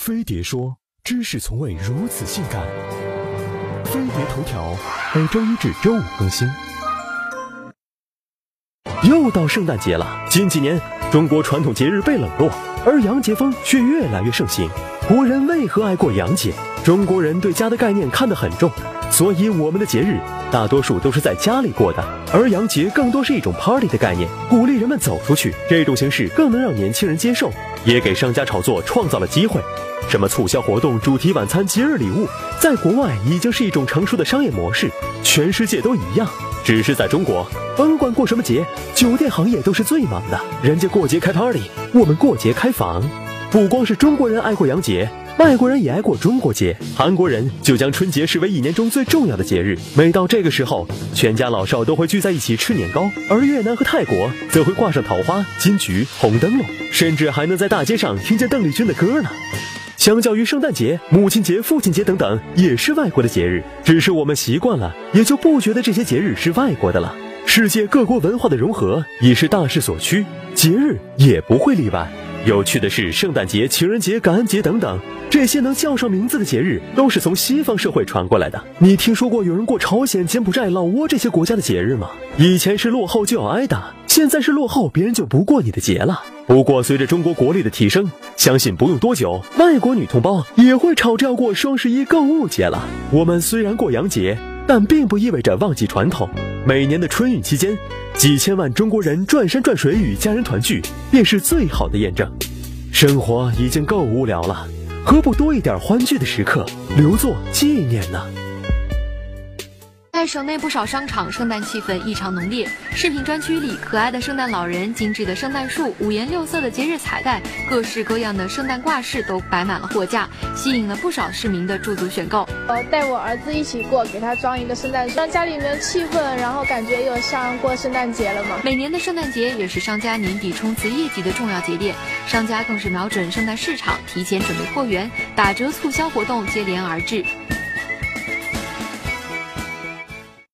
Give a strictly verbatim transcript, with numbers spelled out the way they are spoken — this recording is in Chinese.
飞碟说，知识从未如此性感。飞碟头条每周一至周五更新。又到圣诞节了，近几年中国传统节日被冷落，而洋节风却越来越盛行。国人为何爱过洋节？中国人对家的概念看得很重，所以我们的节日大多数都是在家里过的，而洋节更多是一种 party 的概念，鼓励人们走出去。这种形式更能让年轻人接受，也给商家炒作创造了机会。什么促销活动、主题晚餐、节日礼物，在国外已经是一种成熟的商业模式，全世界都一样。只是在中国，甭管过什么节，酒店行业都是最忙的，人家过节开 party， 我们过节开房。不光是中国人爱过洋节，外国人也爱过中国节。韩国人就将春节视为一年中最重要的节日，每到这个时候，全家老少都会聚在一起吃年糕，而越南和泰国则会挂上桃花、金桔、红灯笼，甚至还能在大街上听见邓丽君的歌呢。相较于圣诞节、母亲节、父亲节等等也是外国的节日，只是我们习惯了，也就不觉得这些节日是外国的了。世界各国文化的融合已是大势所趋，节日也不会例外。有趣的是，圣诞节、情人节、感恩节等等，这些能叫上名字的节日都是从西方社会传过来的。你听说过有人过朝鲜、柬埔寨、老挝这些国家的节日吗？以前是落后就要挨打，现在是落后别人就不过你的节了。不过随着中国国力的提升，相信不用多久，外国女同胞也会吵着要过双十一购物节了。我们虽然过洋节，但并不意味着忘记传统。每年的春运期间，几千万中国人转山转水与家人团聚，便是最好的验证。生活已经够无聊了，何不多一点欢聚的时刻，留作纪念呢？ 在省内不少商场，圣诞气氛异常浓烈。饰品专区里，可爱的圣诞老人、精致的圣诞树、五颜六色的节日彩带、各式各样的圣诞挂饰都摆满了货架，吸引了不少市民的驻足选购。 呃，带我儿子一起过，给他装一个圣诞树，让家里面的气氛，然后感觉又像过圣诞节了嘛。 每年的圣诞节也是商家年底冲刺业绩的重要节点，商家更是瞄准圣诞市场，提前准备货源，打折促销活动接连而至。